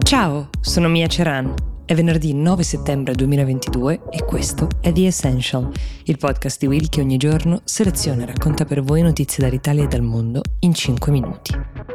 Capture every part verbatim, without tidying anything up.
Ciao, sono Mia Ceran. È venerdì nove settembre duemilaventidue e questo è The Essential, il podcast di Will che ogni giorno seleziona e racconta per voi notizie dall'Italia e dal mondo in cinque minuti.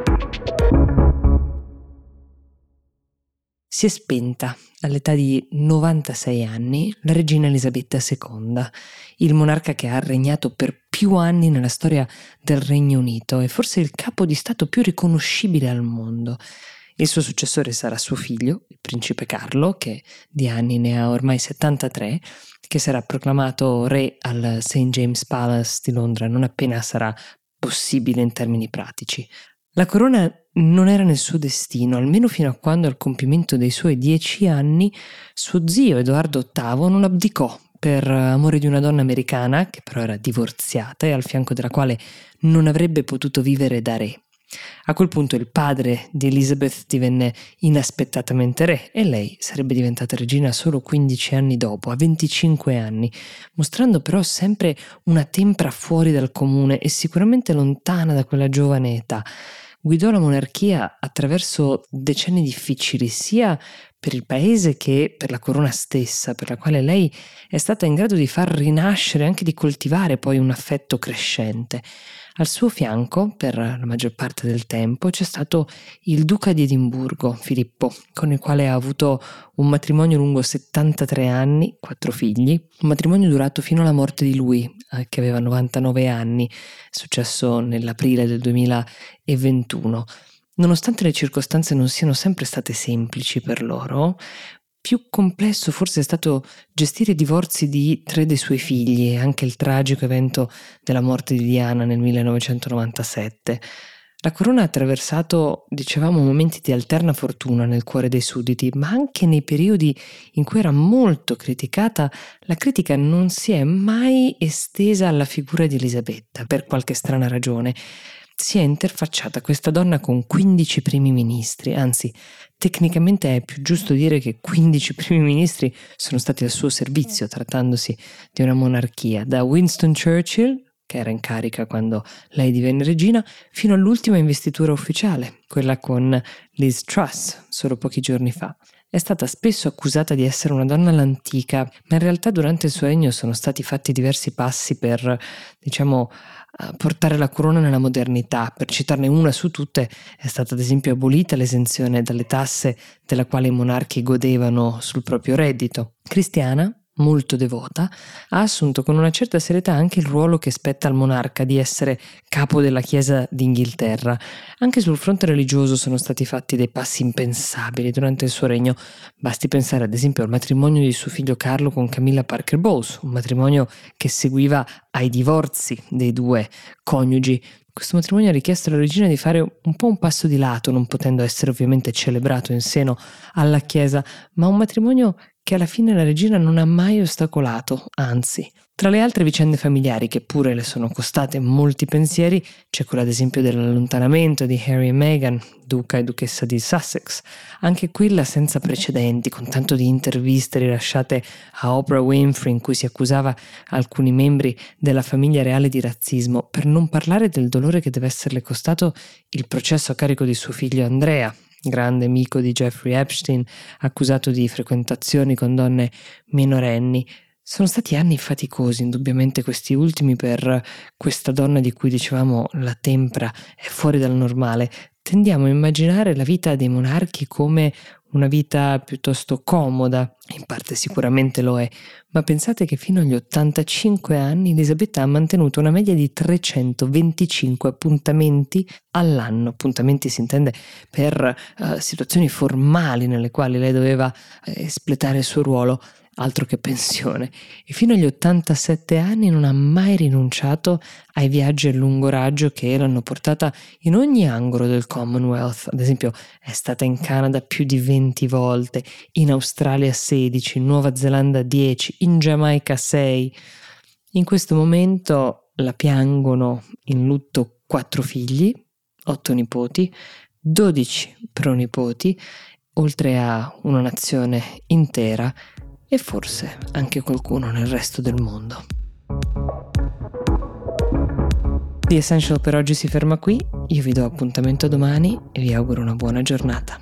Si è spenta all'età di novantasei anni la regina Elisabetta seconda, il monarca che ha regnato per più anni nella storia del Regno Unito e forse il capo di stato più riconoscibile al mondo. Il suo successore sarà suo figlio, il principe Carlo, che di anni ne ha ormai settantatré, che sarà proclamato re al Saint James Palace di Londra non appena sarà possibile in termini pratici. La corona non era nel suo destino, almeno fino a quando al compimento dei suoi dieci anni suo zio Edoardo ottavo non abdicò per amore di una donna americana, che però era divorziata e al fianco della quale non avrebbe potuto vivere da re. A quel punto il padre di Elizabeth divenne inaspettatamente re e lei sarebbe diventata regina solo quindici anni dopo, a venticinque anni, mostrando però sempre una tempra fuori dal comune e sicuramente lontana da quella giovane età. Guidò la monarchia attraverso decenni difficili, sia per il paese che per la corona stessa, per la quale lei è stata in grado di far rinascere e anche di coltivare poi un affetto crescente. Al suo fianco, per la maggior parte del tempo, c'è stato il duca di Edimburgo, Filippo, con il quale ha avuto un matrimonio lungo settantatré anni, quattro figli, un matrimonio durato fino alla morte di lui, eh, che aveva novantanove anni, successo nell'aprile del duemilaventuno. Nonostante le circostanze non siano sempre state semplici per loro, più complesso forse è stato gestire i divorzi di tre dei suoi figli e anche il tragico evento della morte di Diana nel millenovecentonovantasette. La corona ha attraversato, dicevamo, momenti di alterna fortuna nel cuore dei sudditi, ma anche nei periodi in cui era molto criticata, la critica non si è mai estesa alla figura di Elisabetta, per qualche strana ragione. Si è interfacciata questa donna con quindici primi ministri, anzi, tecnicamente è più giusto dire che quindici primi ministri sono stati al suo servizio, trattandosi di una monarchia, da Winston Churchill, che era in carica quando lei divenne regina, fino all'ultima investitura ufficiale, quella con Liz Truss, solo pochi giorni fa. È stata spesso accusata di essere una donna all'antica, ma in realtà durante il suo regno sono stati fatti diversi passi per, diciamo, portare la corona nella modernità. Per citarne una su tutte, è stata ad esempio abolita l'esenzione dalle tasse della quale i monarchi godevano sul proprio reddito. Cristiana, molto devota, ha assunto con una certa serietà anche il ruolo che spetta al monarca di essere capo della Chiesa d'Inghilterra. Anche sul fronte religioso sono stati fatti dei passi impensabili durante il suo regno. Basti pensare ad esempio al matrimonio di suo figlio Carlo con Camilla Parker Bowles, un matrimonio che seguiva ai divorzi dei due coniugi. Questo matrimonio ha richiesto alla regina di fare un po' un passo di lato, non potendo essere ovviamente celebrato in seno alla Chiesa, ma un matrimonio che alla fine la regina non ha mai ostacolato, anzi. Tra le altre vicende familiari che pure le sono costate molti pensieri, c'è quella ad esempio dell'allontanamento di Harry e Meghan, duca e duchessa di Sussex, anche quella senza precedenti, con tanto di interviste rilasciate a Oprah Winfrey in cui si accusava alcuni membri della famiglia reale di razzismo, per non parlare del dolore che deve esserle costato il processo a carico di suo figlio Andrea, grande amico di Jeffrey Epstein, accusato di frequentazioni con donne minorenni. Sono stati anni faticosi, indubbiamente questi ultimi, per questa donna di cui dicevamo la tempra è fuori dal normale. Tendiamo a immaginare la vita dei monarchi come una vita piuttosto comoda, in parte sicuramente lo è, ma pensate che fino agli ottantacinque anni Elisabetta ha mantenuto una media di trecentoventicinque appuntamenti all'anno. Appuntamenti si intende per uh, situazioni formali nelle quali lei doveva uh, espletare il suo ruolo, altro che pensione, e fino agli ottantasette anni non ha mai rinunciato ai viaggi a lungo raggio che l'hanno portata in ogni angolo del Commonwealth. Ad esempio è stata in Canada più di venti volte, in Australia sedici, in Nuova Zelanda dieci, in Giamaica sei. In questo momento la piangono in lutto quattro figli, otto nipoti, dodici pronipoti, oltre a una nazione intera e forse anche qualcuno nel resto del mondo. The Essential per oggi si ferma qui, io vi do appuntamento domani e vi auguro una buona giornata.